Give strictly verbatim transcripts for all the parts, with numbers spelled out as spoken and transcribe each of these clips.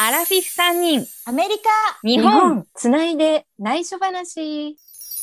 アラフィフさんにん、 アメリカ、 日本、 日本つないで内緒話。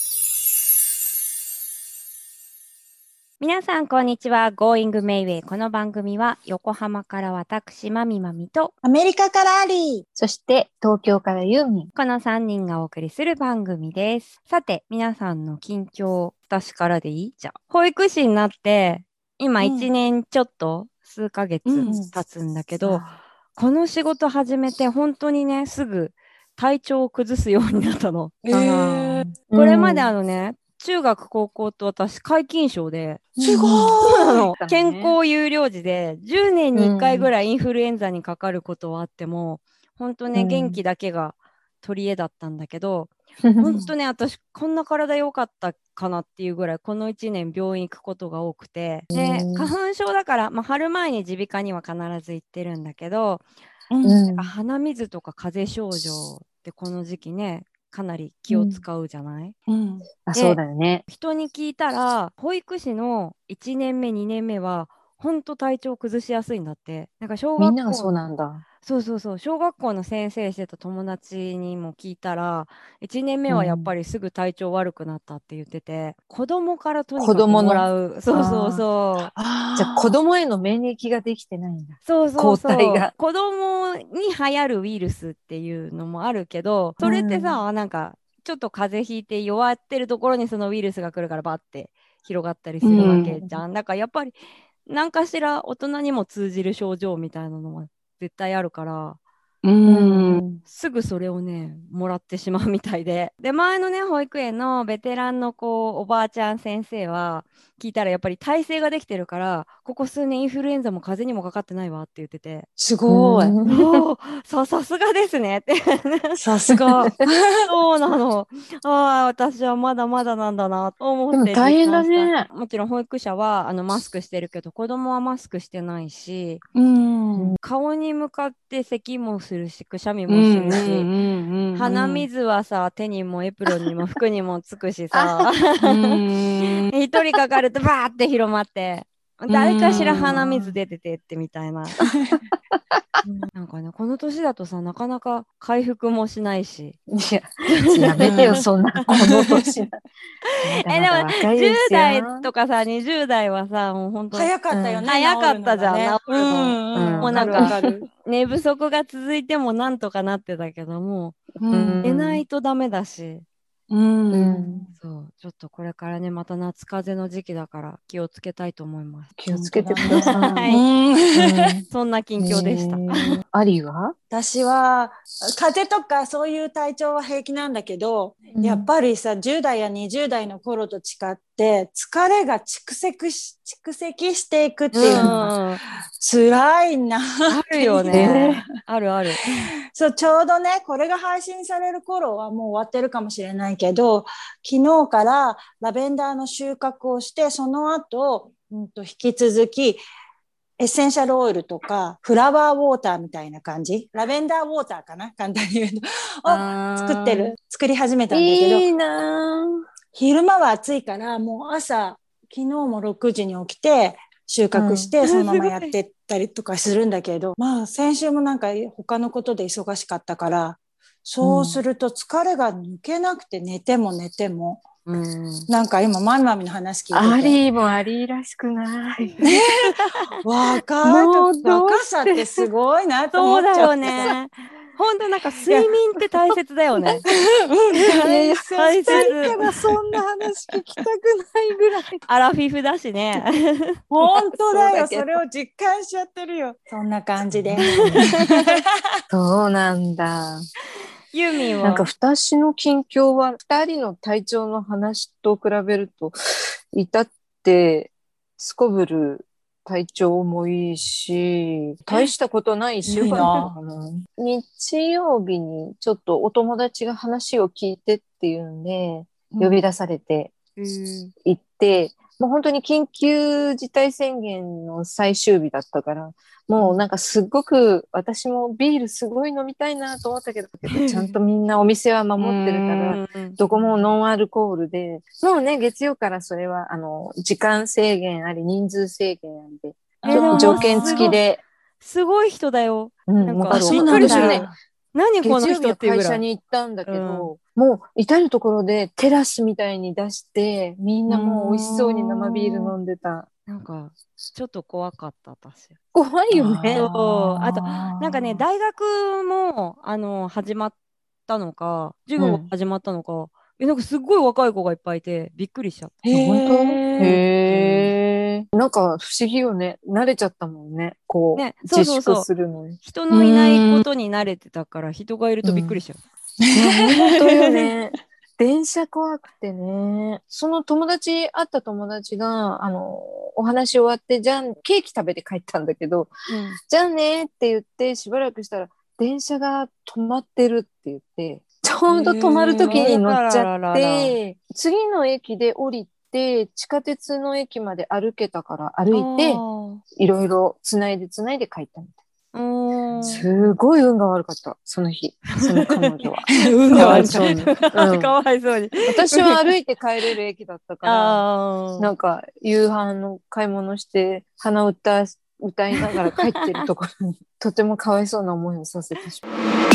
皆さんこんにちは。Going Mayway。この番組は横浜から私まみまみとアメリカからアリー、 そして東京からユーミン。 このさんにんがお送りする番組です。さて皆さんの近況、私からでいい？じゃあ保育士になって今いちねんちょっと、数ヶ月経つんだけど、 うん、 この仕事始めて本当にねすぐ体調を崩すようになったの。 えー、 これまであのね、中学高校と私皆勤賞で、 すごそうなーい。 の、健康有料児でじゅうねんにいっかいぐらいインフルエンザにかかることはあっても、本当ね、 うん元気だけが取り柄だったんだけど、本当ね、私こんな体良かったかなっていうぐらいこのいちねん病院行くことが多くて、で花粉症だから、まあ、春前に耳鼻科には必ず行ってるんだけど、 うんなんか鼻水とか風邪症状ってこの時期ねかなり気を使うじゃない、 うんあ、 でそうだよね。 人に聞いたら保育士のいちねんめにねんめはほんと体調崩しやすいんだって。なんか小みんながそう学校のなんだ。 そうそうそう小学校の先生してた友達にも聞いたらいちねんめはやっぱうんりすぐ体調悪くなったって言ってて、子供からとに子かくも供の。 らう、そうそうそう、 じゃあ子あ供への免疫ができてないんだ。 そうそう抗体そう。 が。 子供に流行るウイルスっていうのもあるけど、それってさ、なんか、ちょっと風邪ひいて弱ってるところにそのウイルスが来るからバッて広がったりするわけじゃん。だからやっぱり、何かしら大人にも通じる症状みたいなのは絶対あるから、 ー、ううんん、 ん。 すぐそれをね、もらってしまうみたいで。で、前のね、保育園のベテランの子、おばあちゃん先生は、聞いたらやっぱり体制ができてるから、ここ数年インフルエンザも風邪にもかかってないわって言ってて、 すごい。 おお、さ、さすがですねって。 さすが。 そうなの。ああ、私はまだまだなんだなと思でって実も大変だ感した。 ね。 もちろん保育者はあのマスクしてるけど、子供はマスクしてないし、 うん、うん、 顔に向かって咳もするし、くしゃみうん、 もするうし、 ん、 鼻うん、 水はさ、手にもエプロンにも服にもつくしあさ、 うん、 一人かかるとバーって広まって、 う誰かしら鼻水ん。 出ててってみたいな。なんかね、この年だとさ、なかなか回復もしないし。 いや、やめてよ、そんな、この年だ。まだえ、でもまだ若いじゅうですよ。 代とかさ、にじゅう代はさ、もう本当早かったよね、 早か治るったじゃん、治のがね。うるの。 ん、うん、わかるわもうなんかかる。 寝不足が続いてもなんとかなってたけども、 うう寝ん、 ないん。 とダメだし。 う、 うんん。 そう、ちょっとこれからね、また夏風邪の時期だから気をつけたいと思います。 気をつけてくださはい。 い。 うん。 うん。 そんな近況でした。 ねえ。アリは？ 私は風邪とかそういう体調は平気なんだけど、 うんやっぱりさじゅう代やにじゅう代の頃と違って疲れが蓄積し蓄積していくっていうのがうん。 辛いなあるよっていう、 ね。あるある。 そうちょうどねこれが配信される頃はもう終わってるかもしれないけど、昨日からラベンダーの収穫をしてその後、うんと引き続きエッセンシャルオイルとかフラワーウォーターみたいな感じ、ラベンダーウォーターかな、簡単に言うとを作ってる作り始めたんだけど、 いいな昼間は暑いからもう朝昨日もろくじに起きて収穫して、 うんそのまますごいやってったりとかするんだけど、まあ先週もなんか他のことで忙しかったから、そうすると疲れが抜けなくて寝ても寝ても、 うん。 なんか今マミマミの話聞いアてて、 リーもアリーらしくない。 ね若いともうどう若さってして。 すごいなと思っそうだよちゃってさ。 ね。ほんとなんかいや、 睡眠って大切だよね。 うん、 いやいや、 大切。 大切。 二人からそんな話聞きたくないぐらい。 アラフィフだしね。 本当だよ。 そうだけどそれを実感しちゃってるよ。そんな感じで。 そうなんだ。 ユーミンなんかは。 私の近況は二人の体調の話と比べると、至ってすこぶる体調もいいし、大したことない一週間だったかな。日曜日にちょっとお友達が話を聞いてっていうんで、呼び出されてうん。 行って、もう本当に緊急事態宣言の最終日だったから、もうなんかすっごく私もビールすごい飲みたいなと思ったけど、ちゃんとみんなお店は守ってるから、 うんどこもノンアルコールで、もうね、月曜からそれは、あの、時間制限あり、人数制限ありで、 え、でももう条件付きすごい。 ですごい人だよ。 うん、 なんかわかる。 そうなんだ私ね、 何この月曜日は人っていうぐらい。 会社に行ったんだけど、もう至るところでテラスみたいに出して、みんなもう美味しそうに生ビール飲んでた。 なんか、ちょっと怖かった、私。 怖いよね。 そう。あと、 あーなんかね、大学も、あの、始まったのか、授業が始まったのか、え、なんかすっごい若い子がいっぱいいて、びっくりしちゃった。 へ本当？ ーへえ。なんか不思議よね。慣れちゃったもんね。こね、 う、自粛そうそうそう。 するのに。 人のいないことに慣れてたから、人がいるとびっくりしちゃう。 いや、本当よね。電車怖くてね。その友達、会った友達が、あの、お話終わって、じゃん、ケーキ食べて帰ったんだけど、 うん。 じゃあねって言って、しばらくしたら、電車が止まってるって言って、ちょうど止まる時に乗っちゃっへーあららららて、次の駅で降りて、地下鉄の駅まで歩けたから歩いて、 あいろいろ繋いで繋いで帰ったみたい。 あ。うーん。 すごい運が悪かった、その日。その彼女は。 運かわが悪かっいそうに。うんかわいそうに。 私は歩いて帰れる駅だったから、 ああ。 なんか夕飯の買い物して鼻歌歌いながら帰ってるところにとてもかわいそうな思いをさせてしまう。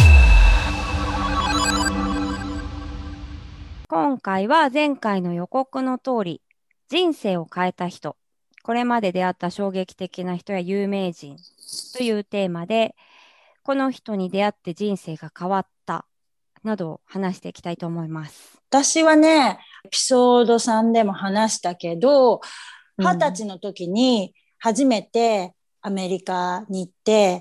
今回は前回の予告の通り、人生を変えた人、これまで出会った衝撃的な人や有名人というテーマで、この人に出会って人生が変わったなどを話していきたいと思います。 私はね、エピソードさんでも話したけど、 うん二十歳の時に初めてアメリカに行って、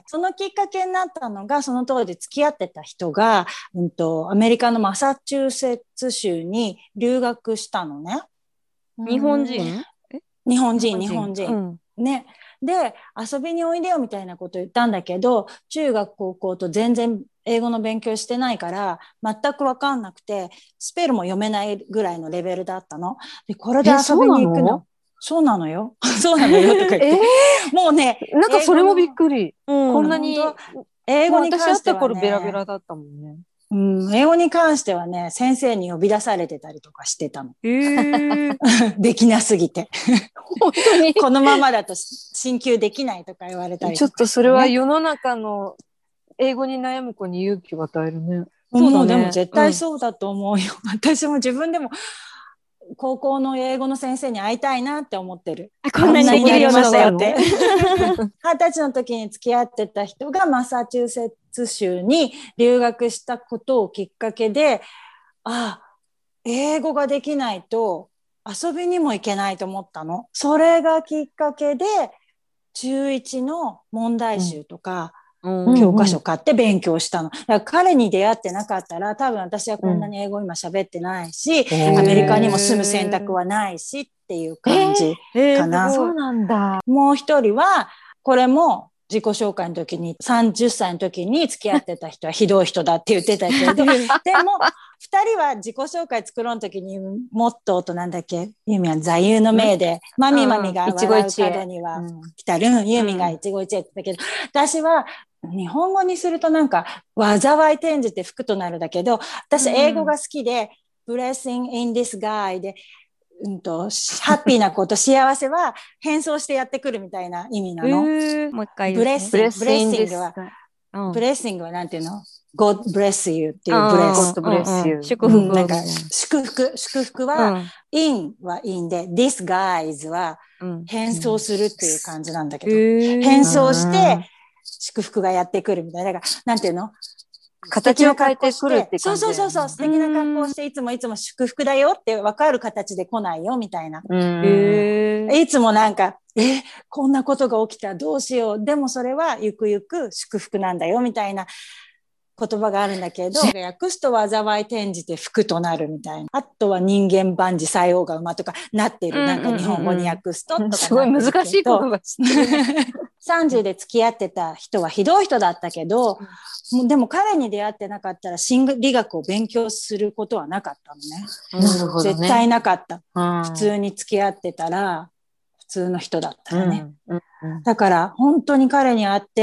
そのきっかけになったのが、その当時付き合ってた人が、うんと、アメリカのマサチューセッツ州に留学したのね。 日本人？え日本人、日本人。 うん。 ね。で、遊びにおいでよみたいなこと言ったんだけど、中学、高校と全然英語の勉強してないから、全くわかんなくて、スペルも読めないぐらいのレベルだったの。で、これで遊びに行くの。そうなのよ。そうなのよ。とか言って。 えもうね、 ー、なんかそれもびっくり。 うんこんなに、 本英語にもう私会っ関してはた頃ベラベね、 ラだったもんね。 うん、英語に関してはね、先生に呼び出されてたりとかしてたの。 へーできなすぎて。 本当に。 このままだと進級できないとか言われたりとかしてね、 ちょっとそれは世の中の英語に悩む子に勇気を与えるね。 そうだねもうでも絶対そうだと思うよ。うん、私も自分でも高校の英語の先生に会いたいなって思ってる。 あこんなにできるようになったよって。 二十歳の時に付き合ってた人がマサチューセッツ州に留学したことをきっかけで、あ、英語ができないと遊びにも行けないと思ったの。それがきっかけで、中いちの問題集とか、 うん教科書買って勉強したの。だから彼に出会ってなかったら、多分私はこんなに英語今喋ってないし、 うんアメリカにも住む選択はないしっていう感じかな。 えーすごいそうなんだ。 もう一人は、これも自己紹介の時にさんじゅっさいの時に付き合ってた人はひどい人だって言ってたけど、でも二人は自己紹介作ろうの時にモットーとなんだっけ、ユーミンは座右の銘で、マミマミが笑う角には来たる、ユーミンが一期一会って言ったけど、私は日本語にするとなんか災い転じて福となるだけど、私英語が好きで、blessing in disguise で、うんと、ハッピーなこと、幸せは変装してやってくるみたいな意味なの。 えーもう一回ブレッ言うシング、ブレッシングは、 うんブレッシングはなんていうの ?God bless you っていうあーブレス。 God bless you うんうん祝福うん、なんかみたいな祝福、祝福は、in は in で、disguise はうん変装するっていう感じなんだけど、 へー変装して祝福がやってくるみたいな。だから、なんていうの形を変えてくるってそう感じだよね。 そうそうそう、素敵な格好をして、いつもいつも祝福だよって分かる形で来ないよみたいな。 うん。 へーいつもなんか、え、こんなことが起きたらどうしよう。でもそれはゆくゆく祝福なんだよみたいな言葉があるんだけど、訳すと災い転じて福となるみたいな。あとは人間万事採用が馬とかなってる。なんか日本語に訳すととかなってるけど。 すごい難しい言葉知ってるね。 さんじゅうで付き合ってた人はひどい人だったけど、もうでも彼に出会ってなかったら心理学を勉強することはなかったのね。 なるほどね。 絶対なかった。 うん普通に付き合ってたら、普通の人だったらね。 うんうんだから本当に彼に会って、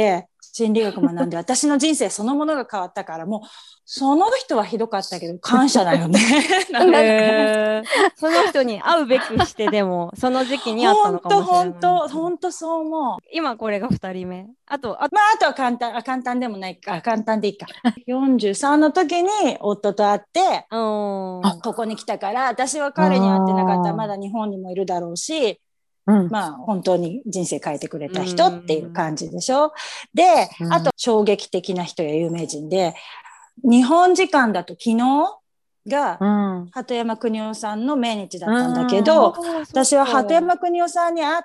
心理学学んで、私の人生そのものが変わったから、もう、その人はひどかったけど、感謝だよね。なんかへーその人に会うべくしてでも、その時期にあったのかもしれない。 本当、本当、本当そう思う。 今これがふたりめ。あと、あまあ、あとは簡単、あ、簡単でもないか、簡単でいいか。よんじゅうさんの時に夫と会って、 うん。 ここに来たから、私は彼に会ってなかったらまだ日本にもいるだろうし、 うん、 まあ本当に人生変えてくれた人うんっていう感じでしょ。で、 うんあと衝撃的な人や有名人で、日本時間だと昨日がうん鳩山邦夫さんの命日だったんだけど、私は鳩山邦夫さんに会って、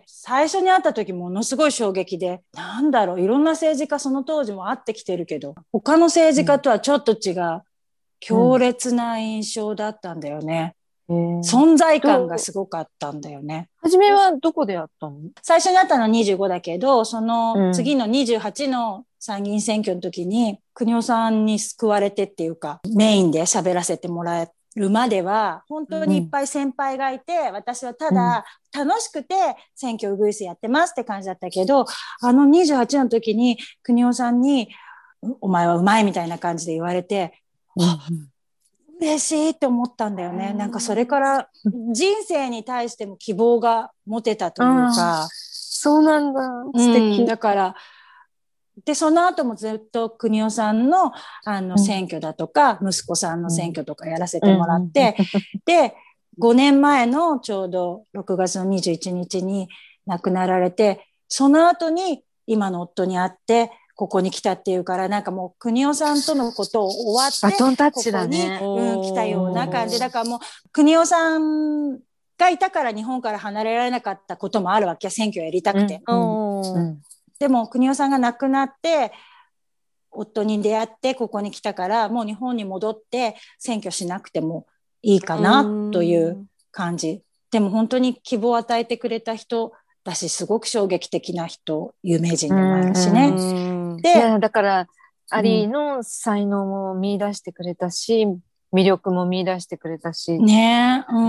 最初に会った時ものすごい衝撃で、なんだろう、いろんな政治家その当時も会ってきてるけど、他の政治家とはちょっと違う、強烈な印象だったんだよね。 うん、 存在感がすごかったんだよね。 はじめはどこでやったの？ 最初に会ったのはにじゅうごだけど、その次のにじゅうはちの参議院選挙の時に、邦夫さんに救われてっていうか、メインで喋らせてもらえるまでは、本当にいっぱい先輩がいて、うん、私はただ楽しくて選挙ウグイスやってますって感じだったけど、あのにじゅうはちの時に邦夫さんに、お前はうまいみたいな感じで言われて、うん嬉しいって思ったんだよね。なんかそれから人生に対しても希望が持てたというか。 そうなんだ。素敵。 うん、だから、で、その後もずっと邦夫さんのあの選挙だとか、うん、息子さんの選挙とかやらせてもらって、うん、で、ごねんまえのちょうどろくがつのにじゅういちにちに亡くなられて、その後に今の夫に会って、ここに来たっていうから、なんかもう邦夫さんとのことを終わって、 バトンタッチだね。 ここに、うん、来たような感じ。だからもう邦夫さんがいたから日本から離れられなかったこともあるわけや、選挙やりたくて。 うんうん、 でも邦夫さんが亡くなって、夫に出会ってここに来たから、もう日本に戻って選挙しなくてもいいかなという感じ。でも本当に希望を与えてくれた人だし、すごく衝撃的な人、有名人でもあるしね。 で、だから、アリーの才能も見出してくれたし、魅力も見出してくれたし。 ねえ。うん。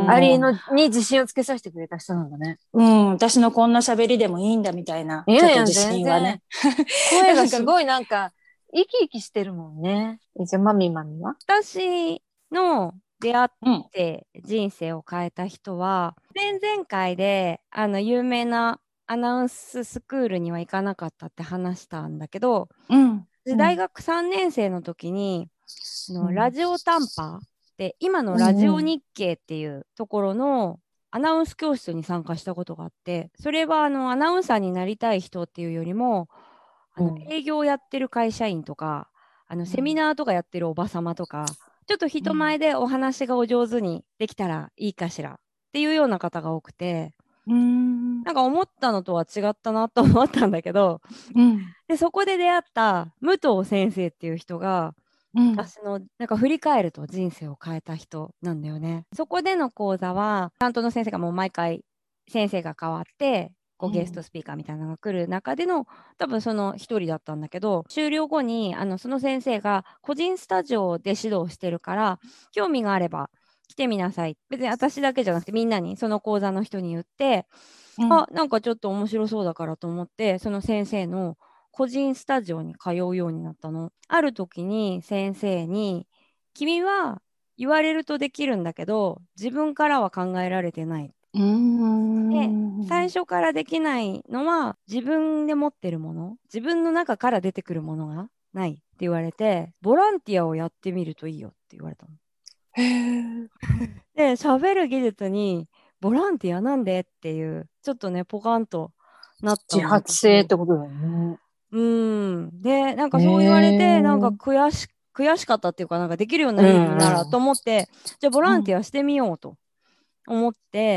アリーのに自信をつけさせてくれた人なんだね。 うん。私のこんな喋りでもいいんだみたいな。ちょっと自信はね。 声がすごいなんか、生き生きしてるもんね。じゃあ、マミマミは？ 私の出会って人生を変えた人は、うん、前々回であの有名なアナウンススクールには行かなかったって話したんだけど、 うん、 で大学さんねん生の時に、うん、あのラジオ短波って今のラジオ日経っていうところのアナウンス教室に参加したことがあって、それはあのアナウンサーになりたい人っていうよりもあの営業やってる会社員とか、あのセミナーとかやってるおばさまとか、ちょっと人前でお話がお上手にできたらいいかしらっていうような方が多くて、 うーんなんか思ったのとは違ったなと思ったんだけど、 うん、 でそこで出会った武藤先生っていう人が、うん、私のなんか振り返ると人生を変えた人なんだよね。そこでの講座は担当の先生がもう毎回先生が変わってこうゲストスピーカーみたいなのが来る中での、うん、多分その一人だったんだけど、終了後にあのその先生が個人スタジオで指導してるから興味があれば来てみなさい、別に私だけじゃなくてみんなにその講座の人に言って、うん、あなんかちょっと面白そうだからと思ってその先生の個人スタジオに通うようになったの。ある時に先生に君は言われるとできるんだけど自分からは考えられてない。 うーんで最初からできないのは自分で持ってるもの、自分の中から出てくるものがないって言われて、ボランティアをやってみるといいよって言われたの。 へで喋る技術にボランティアなんでっていうちょっとねポカンとなった自発性ってことだよね。 うんでなんかそう言われてなんか悔し悔しかったっていうか、なんかできるようになるならと思って、うん、じゃあボランティアしてみようと思って、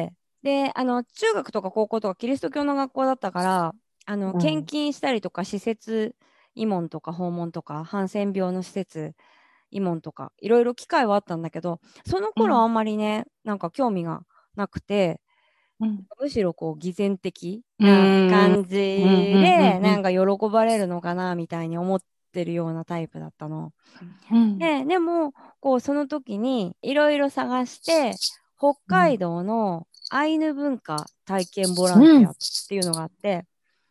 うん、であの中学とか高校とかキリスト教の学校だったからあの、うん、献金したりとか施設慰問とか訪問とかハンセン病の施設慰問とかいろいろ機会はあったんだけど、その頃あんまりね、うん、なんか興味がなくて、うん、むしろこう偽善的な感じでなんか喜ばれるのかなみたいに思ってるようなタイプだったの。うん、で, でもこうその時にいろいろ探して北海道のアイヌ文化体験ボランティアっていうのがあって、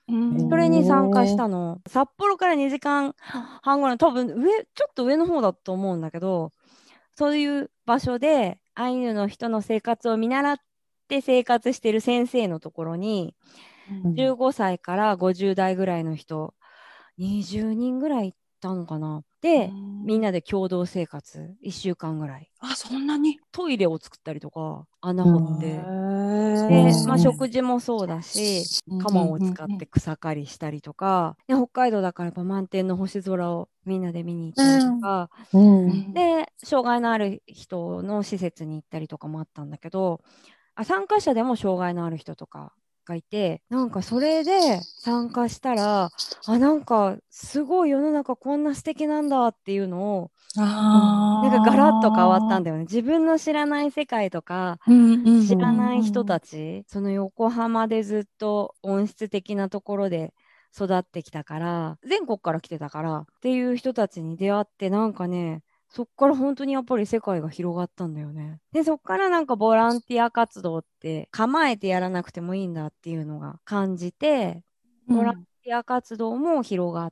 うんそれに参加したの。札幌からにじかんはんぐらい、多分上、ちょっと上の方だと思うんだけど、そういう場所でアイヌの人の生活を見習って生活してる先生のところに、じゅうごさいからごじゅう代ぐらいの人、にじゅうにんぐらい行ったのかな。で、みんなで共同生活、いっしゅうかんぐらい。 あ、そんなに。 トイレを作ったりとか、穴掘って。 へで、まあ、 ー食事もそうだし、鎌を使って草刈りしたりとか、で北海道だからやっぱ満天の星空をみんなで見に行ったりとか、 うんで、障害のある人の施設に行ったりとかもあったんだけど、あ、参加者でも障害のある人とかがいて、なんかそれで参加したら、あ、なんかすごい世の中こんな素敵なんだっていうのを、 あなんかガラッと変わったんだ。 だよね。自分の知らない世界とか、 うんうんうん知らない人うんたち、その横浜でずっと温室的なところで育ってきたから、全国から来てたからっていう人たちに出会って、なんかね、そっから本当にやっぱり世界が広がったんだよね。で、そっからなんかボランティア活動って構えてやらなくてもいいんだっていうのが感じて、ボランティア活動も広がって、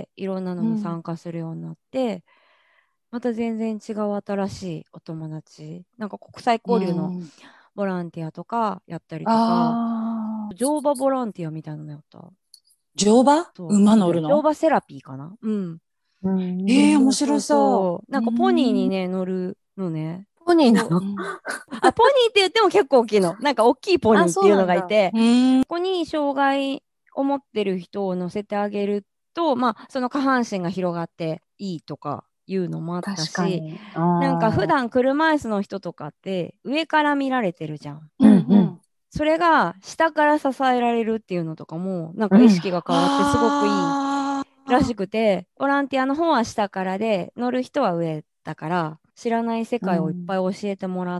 いろんなのに参加するようになって、また全然違う新しいお友達、なんか国際交流のうんボランティアとかやったりとか、 ああ、 乗馬ボランティアみたいなのやった。 乗馬そう、あとね、 馬乗るの。 乗馬セラピーかな。うん。 うんええー、面白そうそうそう。 そう。 なんかポニーにね、 ね、乗るのね。 ポニーなそう。 の？ あ、ポニーって言っても結構大きいの。なんか大きいポニあ、 ーっていうのそうなんだ。 がいて、 うんここに障害を持ってる人を乗せてあげると、まあ、その下半身が広がっていいとかいうのもあったし、 確かに。 なんか普ああ。 段車椅子の人とかって上から見られてるじゃん。 うんうんうん。 それが下から支えられるっていうのとかも、なんか意うん。 識が変わってすごくいいあらしあ、 くて、ボランティアの方は下からで、乗る人は上だから、知らない世界をいっぱい教えてもらって、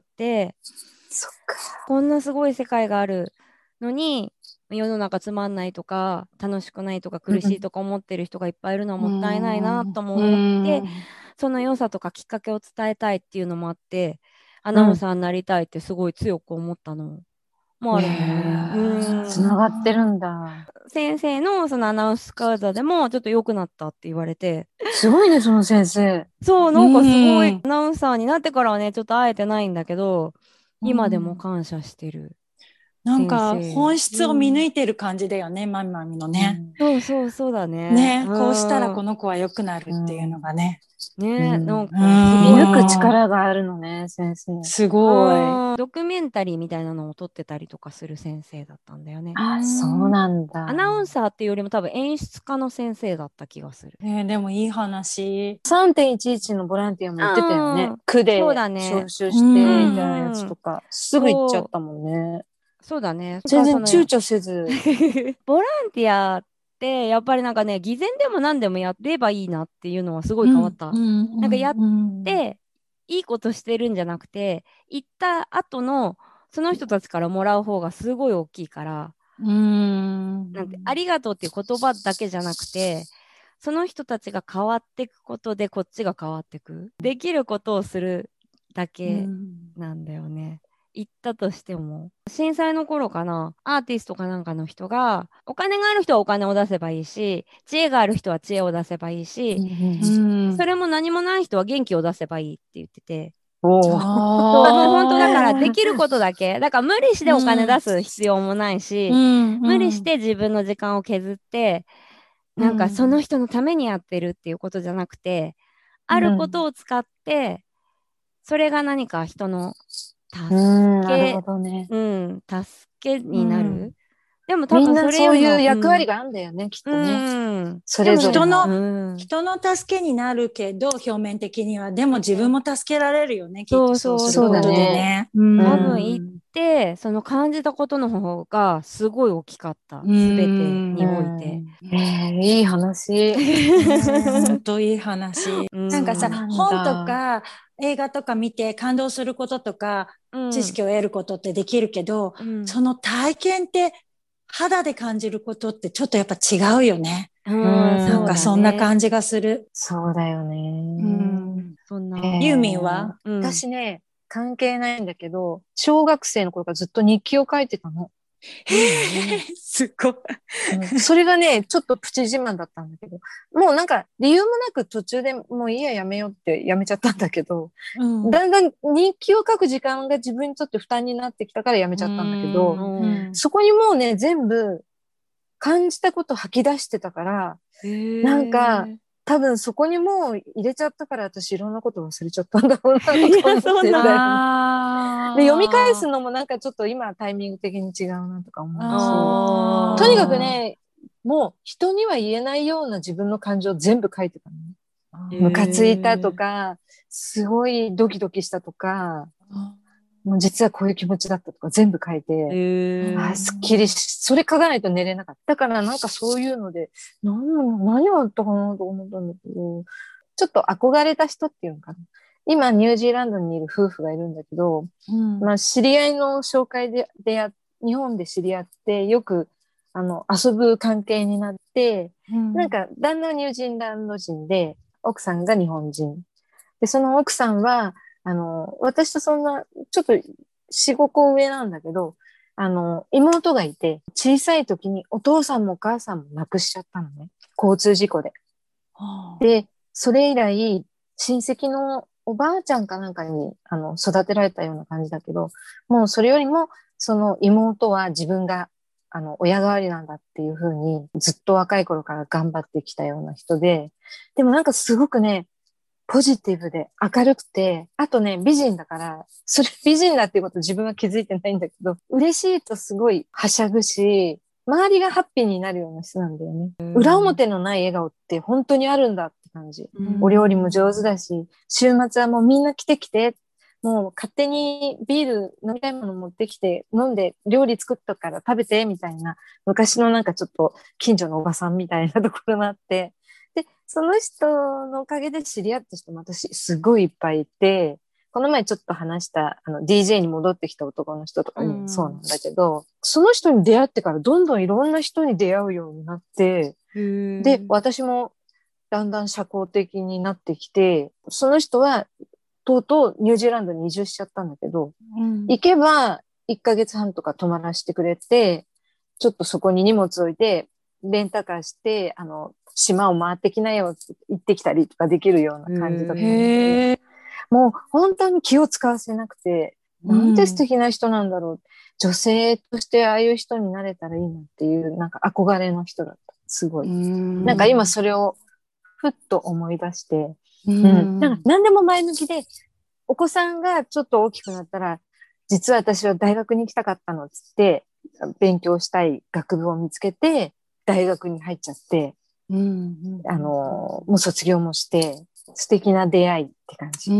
そっか。 こんなすごい世界があるのに、世の中つまんないとか、楽しくないとか、苦しいとか思ってる人がいっぱいいるのはうもったいないなともんう思って、 んその良さとかきっかけを伝えたいっていうのもあって、アうん。 ナウンサーになりたいってすごい強く思ったのもあるんだよね。うねつなん。 がってるんだ。 先生のそのアナウンス講座でもちょっと良くなったって言われて、 すごいね、その先生。 そう、 え。うなんかすごいんアナウンサーになってからはね、ちょっと会えてないんだけど、 う今でもん、 感謝してる先なんか生。 本質を見抜うん。 いてる感じだよね、マミマミのね。 うん。 そうそうそうだね。 ね、 うこうしたらん。 この子は良くなるっていうのがね。 ね、なんうん。 うかすごい。 見抜くん、 力があるのね、先生。 すごい。 うん。ドキュメンタリーみたいなのを撮ってたりとかする先生だったんだよね。 うあ、そうんなんだ。 アナウンサーっていうよりも多分演出家の先生だった気がする。 えーでもいい話。 さんてんいちいちのボランティアも言ってたよね。 うん。 区そうでだね。 招集うしてみうんたいなやうん。 つとか、すぐ行っちゃったもんね。 そうだね。なん全かそのや然躊躇せず。 ボランティアってやっぱりなんかね、偽善でも何でもやればいいなっていうのはすごい変わった。 うんうんうなんかやっんうんていいことしてるんじゃなくて、行った後のその人たちからもらう方がすごい大きいから、 うーん。 なんてありがとうっていう言葉だけじゃなくて、その人たちが変わっていくことでこっちが変わっていく。できることをするだうけんなんだよね。行ったとしても。震災の頃かな、アーティストかなんかの人が、お金がある人はお金を出せばいいし、知恵がある人は知恵を出せばいいし、 うんそれも何もない人は元気を出せばいいって言ってて。 おー。 そう、もう本当だからであきることだけ。だから無理してお金出す必要もないし、無理して自分の時間を削って、なんかその人のためにやってるっていうことじゃなくて、あることを使って、それが何か人の助うん、なるほけ、 どね。 うん、助けになうんる。でも多みん分そなそういうれよりも、 役割があるんだよね、きっうとね。 ん、 そでもね、 れぞれの。 人の、 うん、 人の助けになるけど、表面的には。でも自分も助けられるよね、きっそうとそうそうそうだすることでそね。 ね。うう。多うん分行っん。 て、その感じたことの方がすごい大きかった。 うすべてん。 において。 うん。えー、いい話。 本当いい話。 うん、 なんかさ、 なん本とだ。 か映画とか見て感動することとか、 うん、 知識を得ることってできるけど、 うん、 その体験って肌で感じることってちょっとやっぱ違うよね。 ううん、 なんそうん。 かそんなだね。 感じがする。 そうだようね。 ん。 そんな、 ユーミへえ。 ンはうん。 私ね、関係ないんだけど、小学生の頃からずっと日記を書いてたの。 へえ、すごい。 うん、それがね、ちょっとプチ自慢だったんだけど、もうなんか理由もなく途中でもういいややめようってやめちゃったんだけど、 うん、 だんだん日記を書く時間が自分にとって負担になってきたからやめちゃったんだけど、 うん、 そこにもうね、全部感じたこと吐き出してたから、なんか多分そこにもう入れちゃったから私いろんなこと忘れちゃったんだろうなとか思ってんだよね。で、読み返すのもなんかちょっと今タイミング的に違うなとか思うし、とにかくね、もう人には言えないような自分の感情を全部書いてたのね。ムカついたとか、すごいドキドキしたとか、もう実はこういう気持ちだったとか全部書いて、あ、すっきりし、それ書かないと寝れなかった。だからなんかそういうので、何、何があったかなと思ったんだけど、ちょっと憧れた人っていうのかな。今ニュージーランドにいる夫婦がいるんだけど、うん、まあ知り合いの紹介で出会っ、日本で知り合って、よくあの遊ぶ関係になって、うん、なんか旦那はニュージーランド人で、奥さんが日本人。で、その奥さんは、あの、私とそんな、ちょっとよん、ごこ上なんだけど、あの、妹がいて、小さい時にお父さんもお母さんも亡くしちゃったのね。交通事故で。はあ、で、それ以来、親戚のおばあちゃんかなんかに、あの、育てられたような感じだけど、もうそれよりも、その妹は自分が、あの、親代わりなんだっていう風に、ずっと若い頃から頑張ってきたような人で、でもなんかすごくね、ポジティブで明るくて、あとね、美人だから、それ美人だっていうこと自分は気づいてないんだけど、嬉しいとすごいはしゃぐし、周りがハッピーになるような人なんだよね。裏表のない笑顔って本当にあるんだって感じ。お料理も上手だし、週末はもうみんな来て来て、もう勝手にビール飲みたいもの持ってきて、飲んで料理作ったから食べて、みたいな、昔のなんかちょっと近所のおばさんみたいなところがあって、で、その人のおかげで知り合った人も私すごいいっぱいいて、この前ちょっと話したあの ディージェー に戻ってきた男の人とかにもそうなんだけど、うん、その人に出会ってからどんどんいろんな人に出会うようになって、で、私もだんだん社交的になってきて、その人はとうとうニュージーランドに移住しちゃったんだけど、うん、行けばいっかげつはんとか泊まらせてくれて、ちょっとそこに荷物置いて、レンタカーして、あの、島を回ってきなよって言ってきたりとかできるような感じだったので、もう本当に気を使わせなくて、なんて素敵な人なんだろう。女性としてああいう人になれたらいいなっていう、なんか憧れの人だった。すごい。なんか今それをふっと思い出して、うん。なんか何でも前向きで、お子さんがちょっと大きくなったら、実は私は大学に行きたかったのっつって、勉強したい学部を見つけて、大学に入っちゃって、うんうん、あの、もう卒業もして、素敵な出会いって感じ。うん、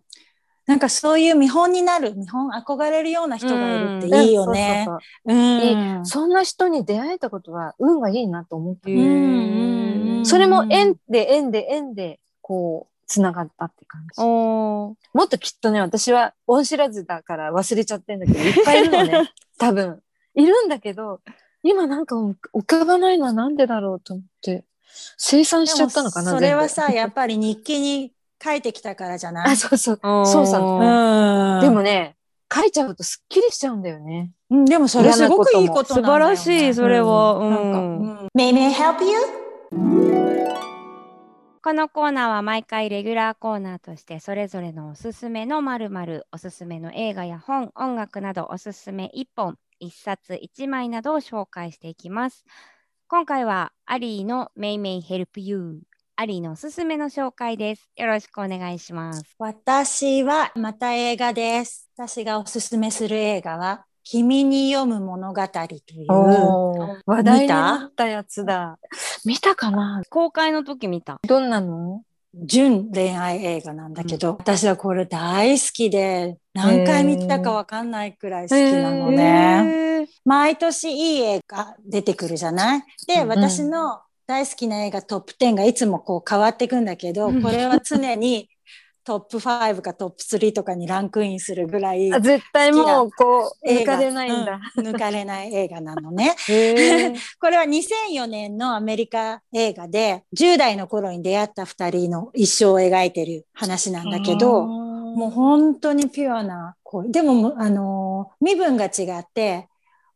なんかそういう見本になる、見本憧れるような人がいるっていいよね。 そんな人に出会えたことは運がいいなと思った。うん、それも縁で縁で縁でこうつながったって感じ。もっときっとね、私は恩知らずだから忘れちゃってんだけど、いっぱいいるのね。多分。いるんだけど、今なんか浮かばないのはなんでだろうと思って、清算しちゃったのかな。 それはさ、やっぱり日記に書いてきたからじゃない？ あ、そうそう。そうさ。うん。でもね、書いちゃうとすっきりしちゃうんだよね。 うん、でもそれすごくいいことなんだよね。 素晴らしい、それは。うん、なんか、うん、 May I help you? このコーナーは毎回レギュラーコーナーとしてそれぞれのおすすめの〇〇、おすすめの映画や本、音楽などおすすめいっぽん、いっさついちまいなどを紹介していきます。今回はアリーの May May Help You、 アリーのおすすめの紹介です。よろしくお願いします。 私はまた映画です。私がおすすめする映画は君に読む物語という話題になったやつだ。見たかな？ 公開の時見た。 どんなの？ 純恋愛映画なんだけど、うん、私はこれ大好きで何回見たかわかんないくらい好きなのね。毎年いい映画出てくるじゃない？で、うん、私の大好きな映画トップじゅうがいつもこう変わっていくんだけど、これは常にトップファイブかトップスリーとかにランクインするぐらい絶対もうこう抜かれないんだ、 うん、抜かれない映画なのねこれはにせんよねんのアメリカ映画でじゅう代の頃に出会ったふたりの一生を描いてる話なんだけど、もう本当にピュアな恋でもあの身分が違って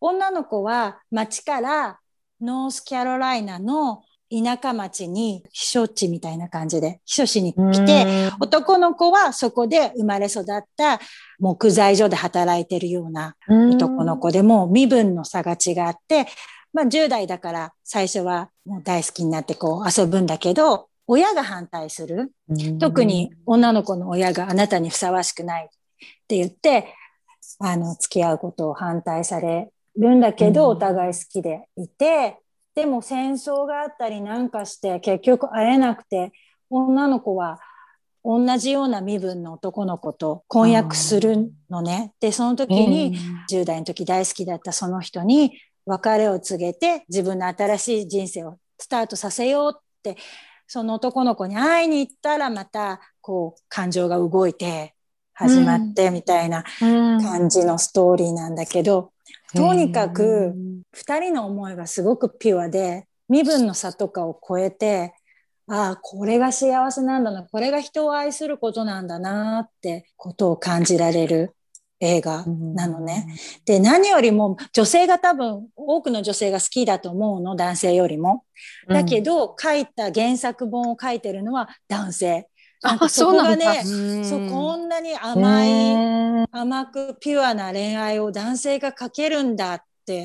女の子は町からノースキャロライナの田舎町に避暑地みたいな感じで避暑しに来て、男の子はそこで生まれ育った木材所で働いてるような男の子でも身分の差が違って、まあ、じゅう代だから最初はもう大好きになってこう遊ぶんだけど、親が反対する。特に女の子の親があなたにふさわしくないって言って、あの、付き合うことを反対されるんだけど、お互い好きでいて、でも戦争があったりなんかして結局会えなくて、女の子は同じような身分の男の子と婚約するのね。で、その時にじゅう代の時大好きだったその人に別れを告げて自分の新しい人生をスタートさせようって、その男の子に会いに行ったらまたこう感情が動いて始まってみたいな感じのストーリーなんだけど、とにかく二人の思いがすごくピュアで、身分の差とかを超えて、ああ、これが幸せなんだな、これが人を愛することなんだなってことを感じられる映画なのね。で、何よりも女性が多分多くの女性が好きだと思うの、男性よりも。だけど、書いた原作本を書いてるのは男性。なんかそこがね、そう、こんなに甘い、甘くピュアな恋愛を男性が書けるんだって、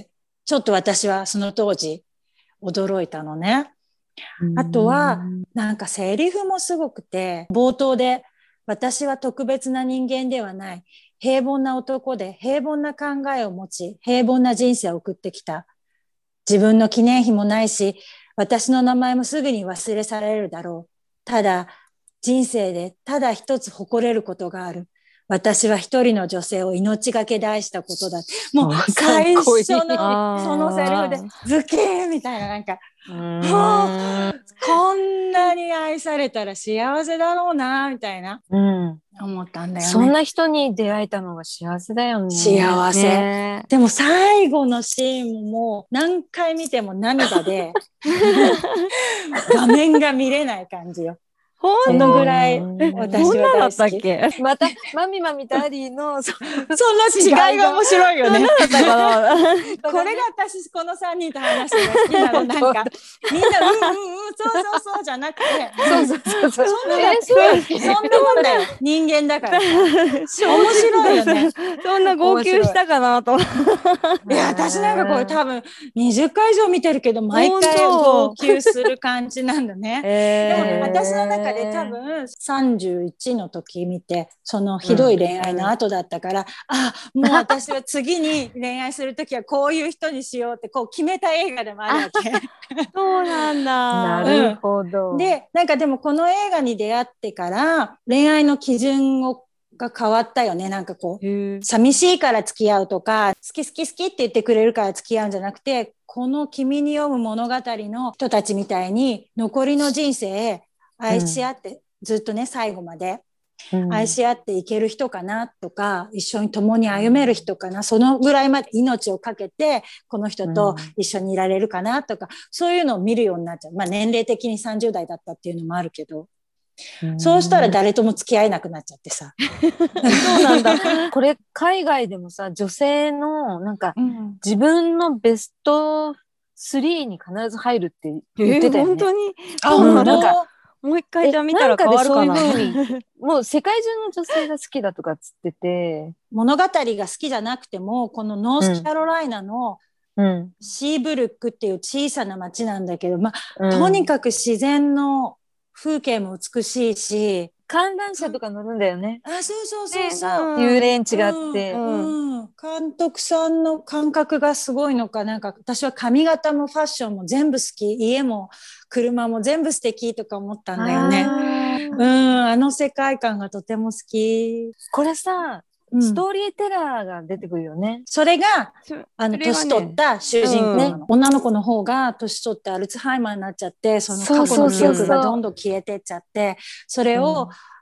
ちょっと私はその当時驚いたのね。あとは、なんかセリフもすごくて、冒頭で、私は特別な人間ではない。平凡な男で平凡な考えを持ち、平凡な人生を送ってきた。自分の記念碑もないし、私の名前もすぐに忘れ去られるだろう。ただ、人生でただ一つ誇れることがある。私は一人の女性を命がけで愛したことだ。もう最初のそのセリフでズキーンみたいな、なんか、もうこんなに愛されたら幸せだろうなみたいな、うん、思ったんだよね。 そんな人に出会えたのが幸せだよね。 幸せ、ね、でも最後のシーンも何回見ても涙で画面が見れない感じよ。そのぐらい私は大好き。 っまたマミマミとアリーのその違いが面白いよね。これが私このさんにんと話すのが好きなの。なんかみんなうんうんうんそうそうそうじゃなくて、そうそうそうそう、そんな、えー、そうそんなもんだよ。人間だから面白いよね。 そんな号泣したかなと。 いや私なんかこれ多分にじゅっかい以上見てるけど毎回号泣する感じなんだね。でも私の中で多分さんじゅういちの時見て、そのひどい恋愛の後だったから、うん、あ、もう私は次に恋愛する時はこういう人にしようってこう決めた映画でもあるわけ。 そうなんだ。 なるほど、 うん。で、なんかでもこの映画に出会ってから恋愛の基準をが変わったよね。なんかこう寂しいから付き合うとか、好き好き好きって言ってくれるから付き合うんじゃなくて、この君に読む物語の人たちみたいに残りの人生愛し合って、うん、ずっとね最後まで愛し合っていける人かなとか、うん、一緒に共に歩める人かな、そのぐらいまで命をかけてこの人と一緒にいられるかなとか、うん、そういうのを見るようになっちゃう。まあ年齢的にさんじゅう代だったっていうのもあるけど、うん、そうしたら誰とも付き合えなくなっちゃってさ。 そうなんだ。これ海外でもさ、女性のなんか、うん、自分のベストスリーに必ず入るって言ってたよね。 えー、本当に？ あ、うん、なんかもう一回じゃあ見たら変わるかな。 なんかでそういう風にもう世界中の女性が好きだとかっつってて、 物語が好きじゃなくてもこのノースキャロライナのシーブルックっていう小さな町なんだけど、まあ、とにかく自然の風景も美しいし、 観覧車とか乗るんだよね。 あ、そうそうそうそう。 遊園地があって、 うんうん、監督さんの感覚がすごいのか、なんか私は髪型もファッションも全部好き、家も車も全部素敵とか思ったんだよね。うん、あの世界観がとても好き。 これさ、うん、ストーリーテラーが出てくるよね。 それが、あの、年取った主人公なの、ね。女の子の方が年取ってアルツハイマーになっちゃって、その過去の記憶がどんどん消えてっちゃって、それを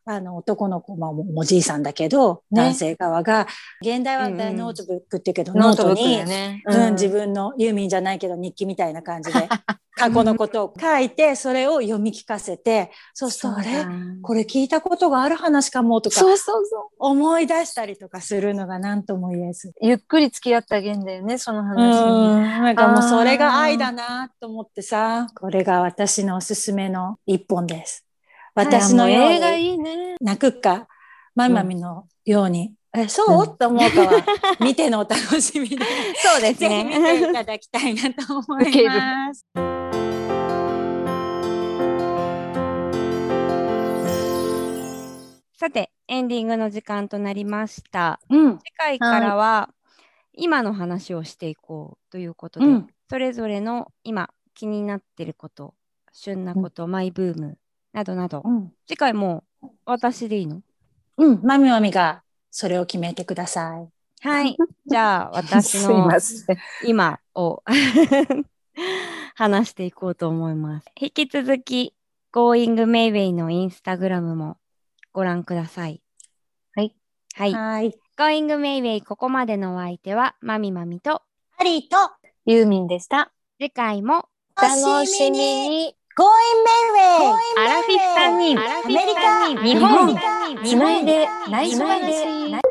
あの男の子、まあ、おじいさんだけど、ね、男性側が現代はノートブックって言うけど、うんうん、ノートに、ねうんうん、自分のユーミンじゃないけど日記みたいな感じで過去のことを書いてそれを読み聞かせてそうするとあれこれ聞いたことがある話かもとかそうそうそう思い出したりとかするのが何とも言えずゆっくり付き合ってあげんだよねその話に。なんかもうそれが愛だなと思ってさこれが私のおすすめの一本です。私のように泣くかマミマミのように、うん、えそう、うん、と思うかは見てのお楽しみでそうですねぜひ見ていただきたいなと思います。 さてエンディングの時間となりました、 うん、 次回からは今の話をしていこうということで、うん、それぞれの今気になっていること旬なこと、うん、マイブームなどなど、うん、次回も私でいいの？ うん、マミマミがそれを決めてください。 はい。じゃあ私の今を話していこうと思います。引き続き Going Mayway のインスタグラムもご覧ください。 はい。 はい。はい Going Mayway ここまでのお相手はマミマミとハリーとユーミンでした。 次回もお楽しみに。 Going Mayway アラフィフさんにんアメリカ日本つないで内緒話